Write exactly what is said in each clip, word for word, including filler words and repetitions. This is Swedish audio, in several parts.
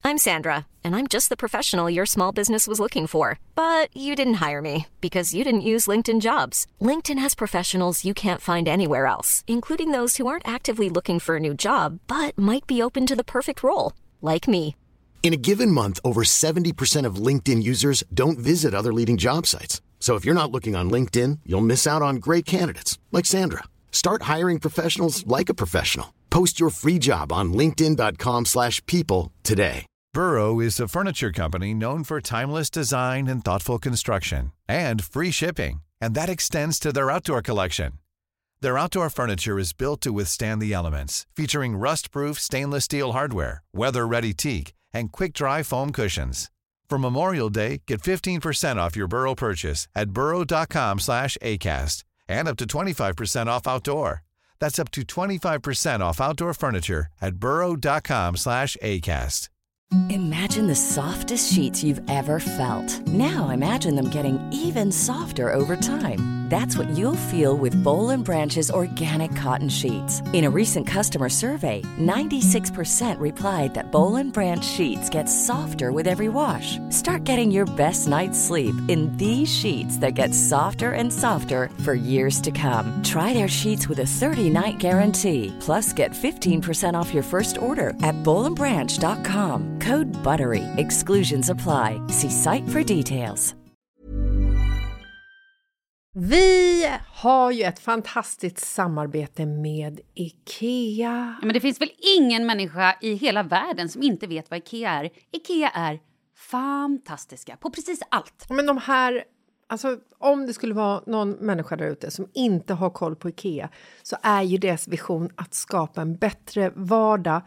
I'm Sandra, and I'm just the professional your small business was looking for. But you didn't hire me because you didn't use LinkedIn Jobs. LinkedIn has professionals you can't find anywhere else, including those who aren't actively looking for a new job, but might be open to the perfect role, like me. In a given month, over seventy percent of LinkedIn users don't visit other leading job sites. So if you're not looking on LinkedIn, you'll miss out on great candidates like Sandra. Start hiring professionals like a professional. Post your free job on linkedin dot com slash people today. Burrow is a furniture company known for timeless design and thoughtful construction and free shipping, and that extends to their outdoor collection. Their outdoor furniture is built to withstand the elements, featuring rust-proof stainless steel hardware, weather-ready teak, and quick-dry foam cushions. For Memorial Day, get fifteen percent off your Burrow purchase at burrow dot com slash acast and up to twenty-five percent off outdoor. That's up to twenty-five percent off outdoor furniture at burrow dot com slash acast. Imagine the softest sheets you've ever felt. Now imagine them getting even softer over time. That's what you'll feel with Boll and Branch's organic cotton sheets. In a recent customer survey, ninety-six percent replied that Boll and Branch sheets get softer with every wash. Start getting your best night's sleep in these sheets that get softer and softer for years to come. Try their sheets with a thirty-night guarantee. Plus, get fifteen percent off your first order at boll and branch dot com. Code BUTTERY. Exclusions apply. See site for details. Vi har ju ett fantastiskt samarbete med IKEA. Ja, men det finns väl ingen människa i hela världen som inte vet vad IKEA är. IKEA är fantastiska på precis allt. Men de här, alltså om det skulle vara någon människa där ute som inte har koll på IKEA, så är ju deras vision att skapa en bättre vardag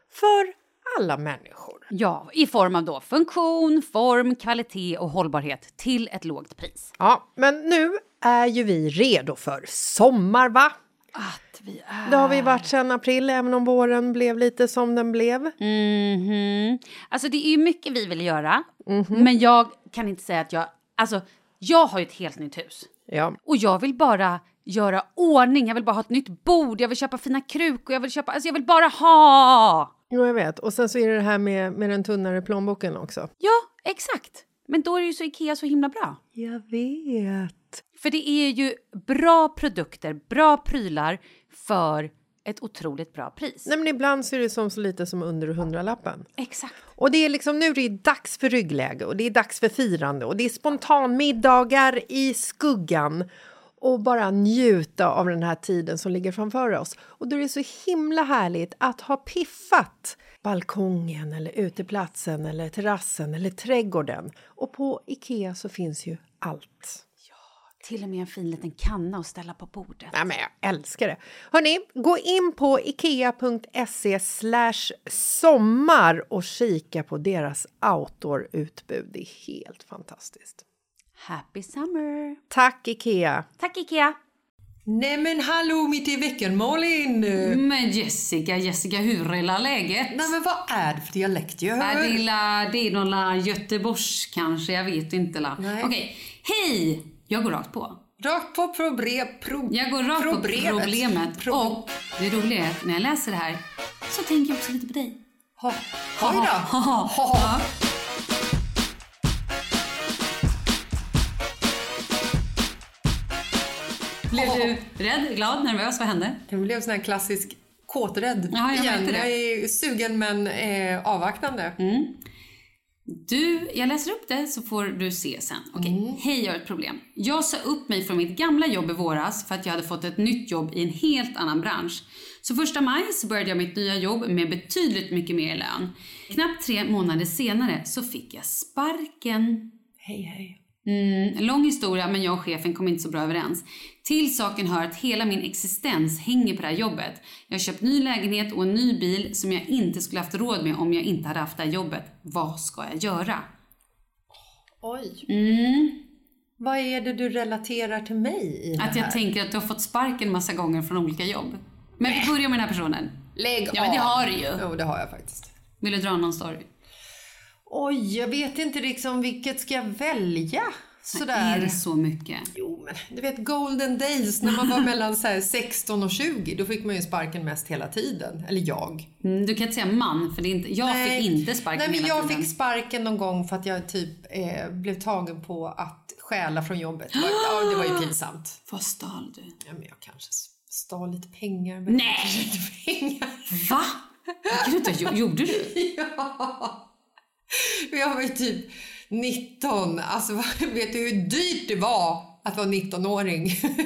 för alla människor. Ja, i form av då funktion, form, kvalitet och hållbarhet till ett lågt pris. Ja, men nu är ju vi redo för sommar, va? Att vi är... Det har vi varit sedan april, även om våren blev lite som den blev. Mhm. Alltså det är ju mycket vi vill göra. Mm-hmm. Men jag kan inte säga att jag... Alltså, jag har ju ett helt nytt hus. Ja. Och jag vill bara göra ordning. Jag vill bara ha ett nytt bord. Jag vill köpa fina krukor. Jag vill köpa... Alltså jag vill bara ha... Jo, jag vet. Och sen så är det det här med, med den tunnare plånboken också. Ja, exakt. Men då är det ju så IKEA så himla bra. Jag vet. För det är ju bra produkter, bra prylar för ett otroligt bra pris. Nej, men ibland så är det som så lite som under hundralappen. Exakt. Och det är liksom, nu är det dags för ryggläge och det är dags för firande. Och det är spontanmiddagar i skuggan. Och bara njuta av den här tiden som ligger framför oss. Och då är det så himla härligt att ha piffat balkongen eller uteplatsen eller terrassen eller trädgården. Och på IKEA så finns ju allt. Ja, till och med en fin liten kanna att ställa på bordet. Ja, men jag älskar det. Hörrni, gå in på ikea punkt se slash sommar och kika på deras outdoor-utbud. Det är helt fantastiskt. Happy summer! Tack IKEA! Tack IKEA! Nej men hallå, mitt i veckan Malin! Men Jessica, Jessica, hur är la läget? Nej men vad är det för dialekt jag hör? Är det, la, det är någon la Göteborgs kanske, jag vet inte la. Nej. Okej, hej! Jag går rakt på. Rakt på problem, pro, Jag går rakt problemet. på problemet. Pro- Och det roliga är att när jag läser det här så tänker jag också lite på dig. Ha, ha, ha, ha, ha, ha, ha. Blev du rädd, glad, nervös? Vad hände? Det blev sån här klassisk kåträdd. Ja, jag igen. märkte det. Jag är sugen men eh, avvaktande. Mm. Du, jag läser upp det så får du se sen. Okej, Mm. hej, jag har ett problem. Jag sa upp mig från mitt gamla jobb i våras för att jag hade fått ett nytt jobb i en helt annan bransch. Så första maj så började jag mitt nya jobb med betydligt mycket mer lön. Knappt tre månader senare så fick jag sparken. Hej, hej. Mm, en lång historia, men jag och chefen kom inte så bra överens. Till saken hör att hela min existens hänger på det här jobbet. Jag har köpt ny lägenhet och en ny bil som jag inte skulle haft råd med om jag inte hade haft det här jobbet. Vad ska jag göra? Oj. Mm. Vad är det du relaterar till mig i det Att jag här? tänker att du har fått sparken massa gånger från olika jobb. Men vi börjar med den här personen. Lägg Ja, men det av. har du ju. Jo, det har jag faktiskt. Vill du dra någon story? Oj, jag vet inte liksom vilket ska jag välja. sådär. Är det så mycket? Jo, men du vet golden days när man var mellan så här sexton och tjugo, då fick man ju sparken mest hela tiden. Eller jag. Mm, du kan inte säga man, för det är inte, jag Nej. fick inte sparken Nej, men hela jag tiden. fick sparken någon gång för att jag typ eh, blev tagen på att stjäla från jobbet. Det var, ja, det var ju pinsamt. Vad stal du? Ja, men jag kanske stal lite pengar. Men Nej! lite pengar. Va? Gud, gjorde du? Ja. Jag var ju typ nitton. Alltså, vet du hur dyrt det var att vara nittonåring?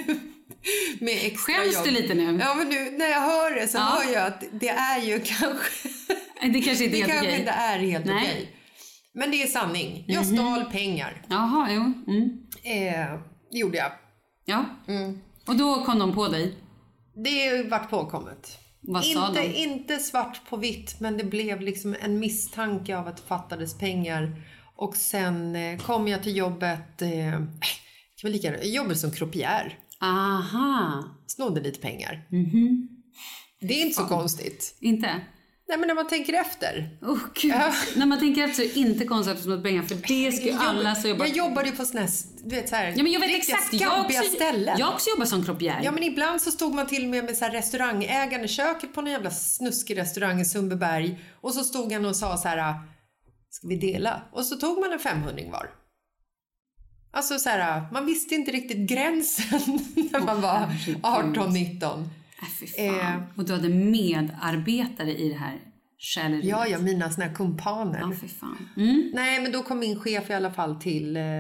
Med extra Skäms jobb. du lite nu? Ja, men nu när jag hör det så ja. hör jag att det är ju kanske... Det kanske inte är det helt kanske okej. inte är helt Nej. okej. Men det är sanning. Jag Mm-hmm. stal pengar. Jaha, jo. Mm. Eh, det gjorde jag. Ja. Mm. Och då kom de på dig? Det vart påkommet. Vad sa inte, de? inte svart på vitt, men det blev liksom en misstanke av att det fattades pengar. Och sen eh, kom jag till jobbet, eh, kan vi lika, jobbet som croupier. Aha. Snodde lite pengar. Mm-hmm. Det är inte så konstigt. Inte? Nej, men när man tänker efter. Oh, Gud. Ja. När man tänker efter så är det inte konstigt att snodde pengar, för det ska ju alla så jobba. Jag jobbade ju på sån här, du vet så här. Ja, men jag vet exakt. Jag också, ställen. jag också jobbar som croupier. Ja, men ibland så stod man till med med så här restaurangägaren i köket på en jävla snuskig restaurang i Sundbyberg. Och så stod han och sa så här: ska vi dela? Och så tog man en femhundring var. Alltså så här, man visste inte riktigt gränsen när man oh, var arton nitton. Äh, fy fan. Eh, och du hade medarbetare i det här käleriet. Ja, ja, mina såna här kumpaner. Ja, fy fan. Mm. Nej, men då kom min chef i alla fall till eh,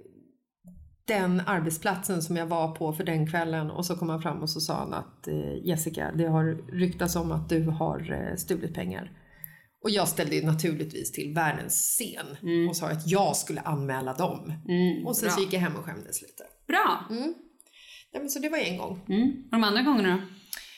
den arbetsplatsen som jag var på för den kvällen. Och så kom han fram och så sa han att eh, Jessica, det har ryktats om att du har eh, stulit pengar. Och jag ställde naturligtvis till världens scen mm. och sa att jag skulle anmäla dem. Mm, och sen så gick jag hem och skämdes lite. Bra! Mm. Ja, men så det var en gång. Mm. Och de andra gångerna då?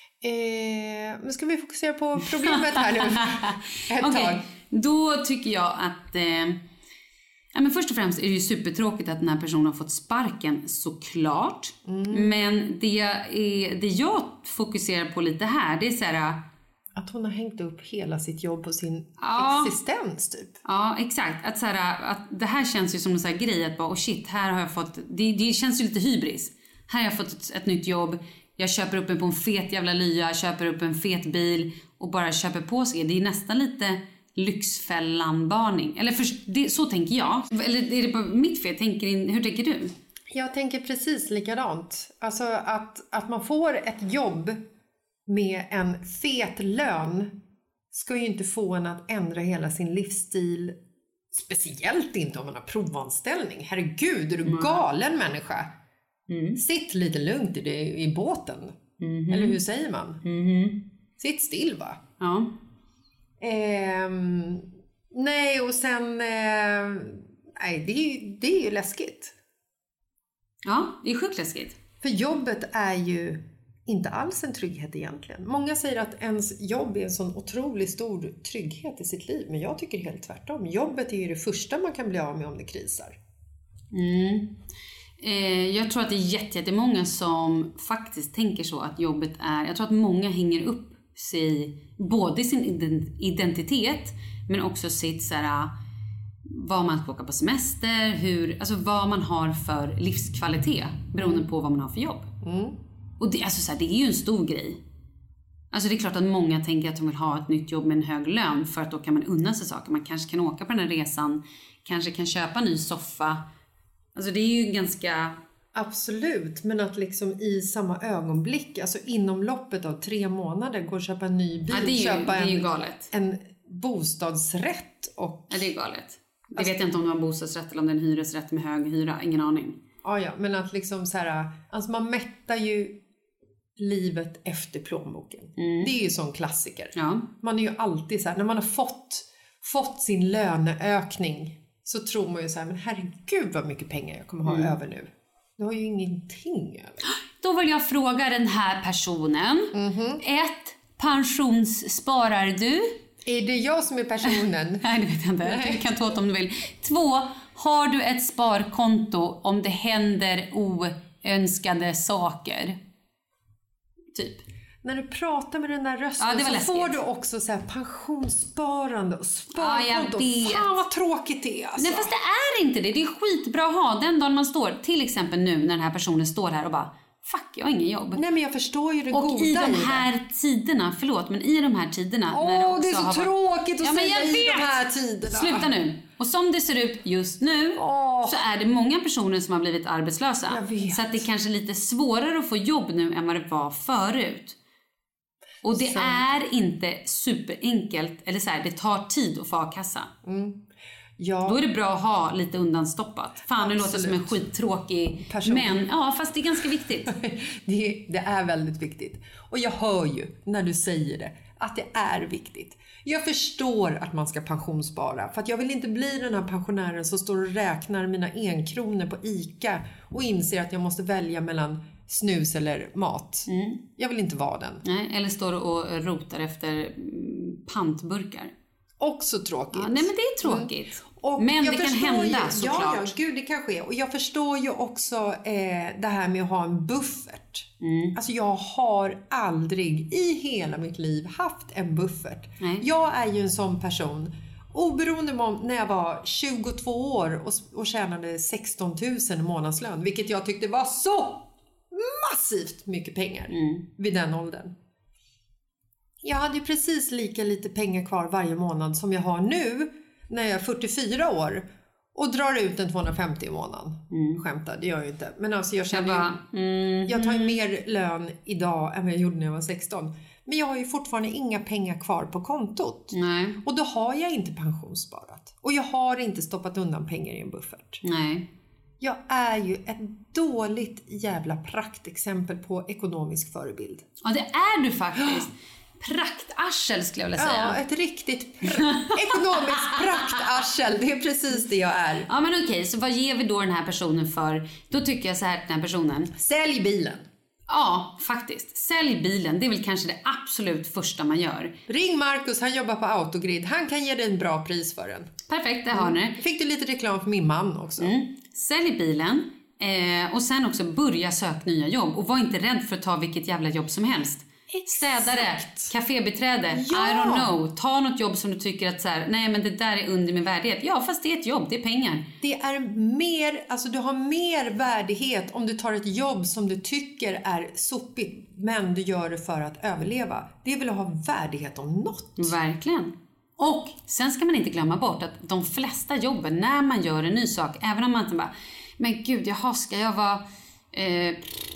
Eh, men ska vi fokusera på problemet här nu ett okay. tag? Då tycker jag att eh, ja, men först och främst är det ju supertråkigt att den här personen har fått sparken, såklart. Mm. Men det, är, det jag fokuserar på lite här, det är så här... Att hon har hängt upp hela sitt jobb på sin ja, existens typ. Ja, exakt. Att, så här, att det här känns ju som en sån här grej att bara, oh shit, här har jag fått... Det, det känns ju lite hybris. Här har jag fått ett, ett nytt jobb. Jag köper upp en på en fet jävla lya, köper upp en fet bil och bara köper på sig. Det är nästan lite Lyxfällan-varning. Eller för, det, så tänker jag. Eller är det på mitt fel? Tänker, hur tänker du? Jag tänker precis likadant. Alltså att, att man får ett jobb med en fet lön ska ju inte få en att ändra hela sin livsstil. Speciellt inte om man har provanställning. Herregud, är du mm. galen människa? Mm. Sitt lite lugnt i, det, i båten. Mm-hmm. Eller hur säger man? Mm-hmm. Sitt still, va? Ja. Ehm, nej, och sen... Eh, nej, det är, ju, det är ju läskigt. Ja, det är sjukt läskigt. För jobbet är ju inte alls en trygghet egentligen. Många säger att ens jobb är en sån otroligt stor trygghet i sitt liv. Men jag tycker helt tvärtom. Jobbet är ju det första man kan bli av med om det krisar. Mm. Eh, jag tror att det är jätte, jättemånga som faktiskt tänker så att jobbet är... Jag tror att många hänger upp sig både sin identitet men också sitt så här, vad man ska åka på semester, hur, alltså vad man har för livskvalitet beroende mm. på vad man har för jobb. Mm. Och det, alltså så här, det är ju en stor grej. Alltså det är klart att många tänker att de vill ha ett nytt jobb med en hög lön för att då kan man unna sig saker. Man kanske kan åka på den här resan, kanske kan köpa en ny soffa. Alltså det är ju ganska... Absolut, men att liksom i samma ögonblick, alltså inom loppet av tre månader gå och köpa en ny bil, ja, det är ju, köpa det är ju en, galet. en bostadsrätt och... Ja, det är galet. Jag alltså, vet inte om det var en bostadsrätt eller om det är en hyresrätt med hög hyra, ingen aning. Ja, ja, men att liksom så här, alltså man mättar ju livet efter plånboken. Mm. Det är ju sån klassiker. Ja. Man är ju alltid så här, när man har fått, fått sin löneökning så tror man ju så här, men herregud vad mycket pengar jag kommer ha mm. över nu. Du har ju ingenting över. Då vill jag fråga den här personen. Mm-hmm. Ett, pensionssparar du? Är det jag som är personen? Nej, det vet jag inte. Nej. Du kan ta åt om du vill. Två, har du ett sparkonto om det händer oönskade saker? Typ. när du pratar med den där rösten ja, så läskigt. får du också så här pensionssparande och sparkonto. Ja, fan vad tråkigt det är alltså. Nej, fast det är inte det. Det är skitbra att ha den dagen man står. Till exempel nu när den här personen står här och bara fuck, jag har ingen jobb. Nej, men jag förstår ju det och goda i de i här det. tiderna, förlåt, men i de här tiderna. Åh, när det, det är så har tråkigt att ja, säga i de här tiderna. Sluta nu. Och som det ser ut just nu Åh. så är det många personer som har blivit arbetslösa. Jag vet. Så att det är kanske lite svårare att få jobb nu än vad det var förut. Och det Så. är inte superenkelt, eller så här, det tar tid att få a-kassa. Mm. Ja. Då är det bra att ha lite undanstoppat. Fan, nu låter jag som en skittråkig person. Men ja, fast det är ganska viktigt. det, det är väldigt viktigt. Och jag hör ju när du säger det att det är viktigt. Jag förstår att man ska pensionsspara. För att jag vill inte bli den här pensionären som står och räknar mina enkronor på ICA och inser att jag måste välja mellan snus eller mat. Mm. Jag vill inte vara den. Nej, eller står och rotar efter pantburkar. Också tråkigt. Ja, nej, men det är tråkigt. Mm. Men det kan hända ju, såklart. Ja, ja, gud det kan ske. Och jag förstår ju också eh, det här med att ha en buffert. Mm. Alltså jag har aldrig i hela mitt liv haft en buffert. Nej. Jag är ju en sån person. Oberoende om när jag var tjugotvå år och, och tjänade sexton tusen i månadslön. Vilket jag tyckte var så massivt mycket pengar mm. vid den åldern. Jag hade ju precis lika lite pengar kvar varje månad som jag har nu när jag är fyrtiofyra år och drar ut en tvåhundrafemtio i månaden. Mm. Skämtar, det gör jag ju inte. Men alltså jag känner jag, bara, mm, jag tar ju mer lön idag än vad jag gjorde när jag var sexton. Men jag har ju fortfarande inga pengar kvar på kontot. Nej. Och då har jag inte pensionssparat. Och jag har inte stoppat undan pengar i en buffert. Nej. Jag är ju ett dåligt jävla praktexempel på ekonomisk förebild. Ja, det är du faktiskt. Praktarsel skulle jag vilja säga. Ja, ett riktigt pra- ekonomiskt praktarsel. Det är precis det jag är. Ja, men okej, så vad ger vi då den här personen för? Då tycker jag så här till den här personen. Sälj bilen. Ja, faktiskt. Sälj bilen. Det är väl kanske det absolut första man gör. Ring Marcus, han jobbar på Autogrid. Han kan ge dig en bra pris för den. Perfekt, det har ni. Mm. Fick du lite reklam för min man också. Mm. Sälj bilen. Eh, och sen också börja söka nya jobb. Och var inte rädd för att ta vilket jävla jobb som helst. Exakt. Städare, kafébiträde, ja. I don't know. Ta något jobb som du tycker att så här, nej men det där är under min värdighet. Ja, fast det är ett jobb, det är pengar. Det är mer, alltså du har mer värdighet om du tar ett jobb som du tycker är sopigt, men du gör det för att överleva. Det är väl att ha värdighet om något. Verkligen. Och sen ska man inte glömma bort att de flesta jobben, när man gör en ny sak, även om man inte bara, men gud, jaha, ska jag vara eh,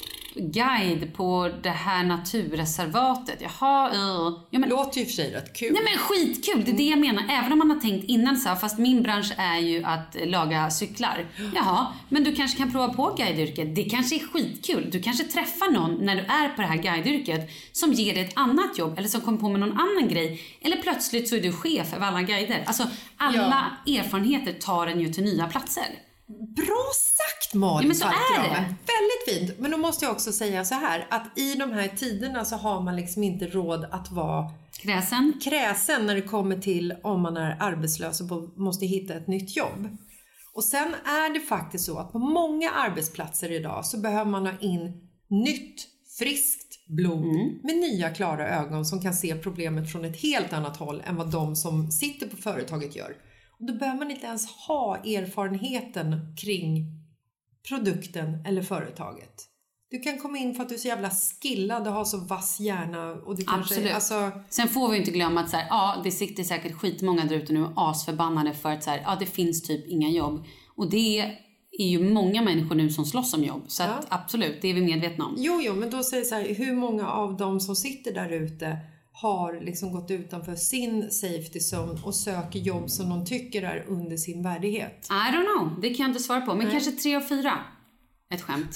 guide på det här naturreservatet? Jaha, uh. ja, men, låter ju för sig rätt kul. Nej men skitkul, det är det jag menar. Även om man har tänkt innan så här, fast min bransch är ju att laga cyklar. Jaha, men du kanske kan prova på guideyrket. Det kanske är skitkul. Du kanske träffar någon när du är på det här guideyrket som ger dig ett annat jobb eller som kommer på med någon annan grej. Eller plötsligt så är du chef över alla guider. Alltså alla ja. erfarenheter tar en ju till nya platser. Bra sagt, Malin. Ja, men så är det. Väldigt fint. Men då måste jag också säga så här, att i de här tiderna så har man liksom inte råd att vara kräsen, kräsen när det kommer till om man är arbetslös och måste hitta ett nytt jobb. Och sen är det faktiskt så att på många arbetsplatser idag så behöver man ha in nytt, friskt blod mm. med nya klara ögon som kan se problemet från ett helt annat håll än vad de som sitter på företaget gör. Och då behöver man inte ens ha erfarenheten kring produkten eller företaget. Du kan komma in för att du är så jävla skillad och har så vass hjärna. Och du kanske, absolut. Alltså... Sen får vi inte glömma att så här, ja, det sitter säkert skitmånga där ute nu asförbannade för att så här, ja, det finns typ inga jobb. Och det är ju många människor nu som slåss om jobb. Så ja. att, absolut, det är vi medvetna om. Jo, jo, men då säger jag så här, hur många av dem som sitter där ute har liksom gått utanför sin safety zone och söker jobb som de tycker är under sin värdighet? I don't know, det kan jag inte svara på. Men Nej. kanske tre och fyra. Ett skämt.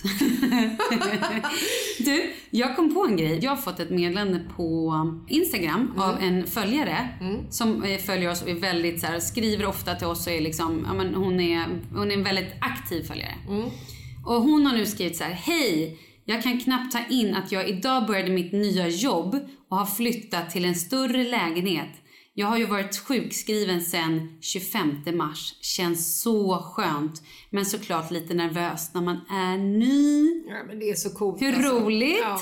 Du, jag kom på en grej. Jag har fått ett meddelande på Instagram mm. av en följare mm. som följer oss och är väldigt så här, skriver ofta till oss och är liksom, ja, men hon är hon är en väldigt aktiv följare. Mm. Och hon har nu skrivit så här: hej, jag kan knappt ta in att jag idag började mitt nya jobb och har flyttat till en större lägenhet. Jag har ju varit sjukskriven sedan tjugofemte mars. Känns så skönt. Men såklart lite nervös när man är ny. Ja, men det är så coolt. Hur alltså. roligt? Ja.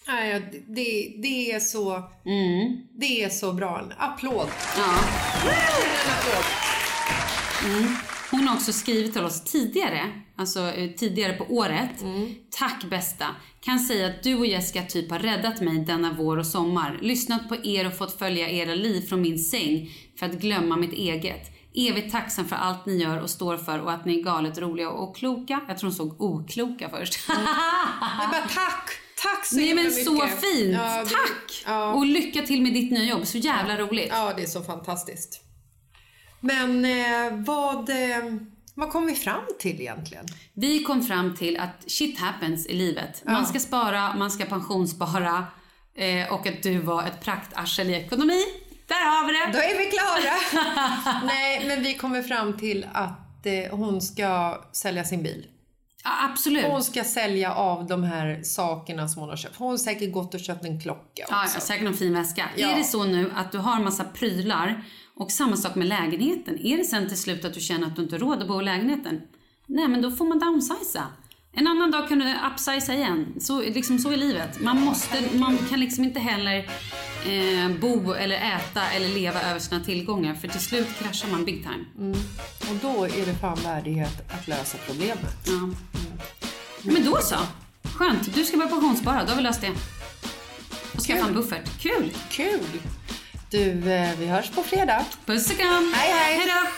Nej, det, det är så Mm. det är så bra. En applåd. Ja. En applåd. Mm. Hon har också skrivit till oss tidigare, alltså eh, tidigare på året. Mm. Tack bästa. Kan säga att du och Jessica typ har räddat mig denna vår och sommar. Lyssnat på er och fått följa era liv från min säng för att glömma mitt eget. Evigt tacksam för allt ni gör och står för och att ni är galet roliga och kloka. Jag tror hon såg okloka först. Mm. Jag bara, tack. Tack så Nej, men mycket. så fint. Ja, det, tack. Ja. Och lycka till med ditt nya jobb. Så jävla roligt. Ja, det är så fantastiskt. Men eh, vad, eh, vad kom vi fram till egentligen? Vi kom fram till att shit happens i livet. Man Ja. ska spara, man ska pensionsspara eh, och att du var ett praktarsel i ekonomi. Där har vi det. Då är vi klara. Nej, men vi kommer fram till att eh, hon ska sälja sin bil. Ja, absolut. Hon ska sälja av de här sakerna som hon har köpt. Hon har säkert gått och köpt en klocka också. Ja, säkert någon fin väska. Ja. Är det så nu att du har en massa prylar och samma sak med lägenheten? Är det sen till slut att du känner att du inte har råd att bo i lägenheten? Nej, men då får man downsiza. En annan dag kan du upsiza igen. Så, liksom så är livet. Man, måste, man kan liksom inte heller eh, bo eller äta eller leva över sina tillgångar. För till slut kraschar man big time. Mm. Och då är det fan värdighet att lösa problemet. Ja. Mm. Men då så. Skönt. Du ska börja pensionsspara. Då har vi löst det. Och skaffa en buffert. Kul. Kul. Du, eh, vi hörs på fredag. Puss och kram. Hej, hej. Hej då.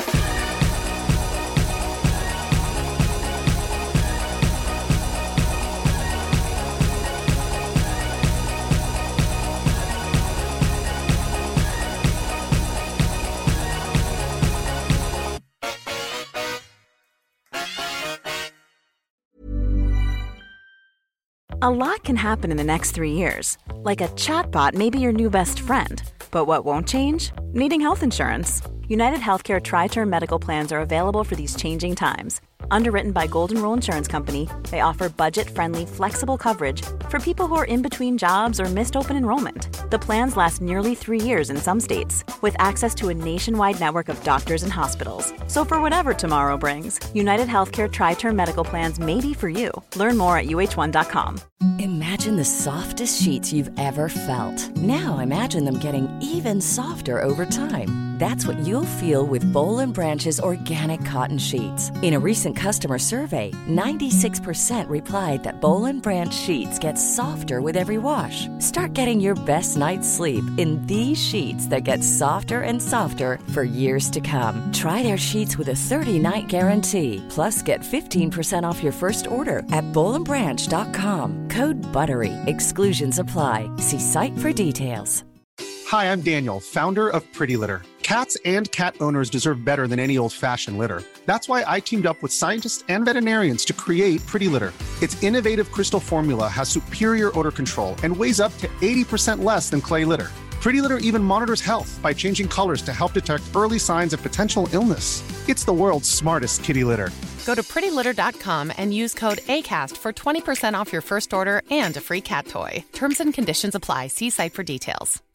A lot can happen in the next three years. Like a chatbot may be your new best friend. But what won't change? Needing health insurance. United Healthcare Tri-Term Medical Plans are available for these changing times. Underwritten by Golden Rule Insurance Company, they offer budget-friendly, flexible coverage for people who are in between jobs or missed open enrollment. The plans last nearly three years in some states, with access to a nationwide network of doctors and hospitals. So for whatever tomorrow brings, United Healthcare Tri-Term Medical Plans may be for you. Learn more at U H one dot com. Imagine the softest sheets you've ever felt. Now imagine them getting even softer over time. That's what you'll feel with Bowl and Branch's organic cotton sheets. In a recent customer survey, ninety-six percent replied that Bowl and Branch sheets get softer with every wash. Start getting your best night's sleep in these sheets that get softer and softer for years to come. Try their sheets with a thirty-night guarantee. Plus, get fifteen percent off your first order at bowl and branch dot com. Code BUTTERY. Exclusions apply. See site for details. Hi, I'm Daniel, founder of Pretty Litter. Cats and cat owners deserve better than any old-fashioned litter. That's why I teamed up with scientists and veterinarians to create Pretty Litter. Its innovative crystal formula has superior odor control and weighs up to eighty percent less than clay litter. Pretty Litter even monitors health by changing colors to help detect early signs of potential illness. It's the world's smartest kitty litter. Go to pretty litter dot com and use code ACAST for twenty percent off your first order and a free cat toy. Terms and conditions apply. See site for details.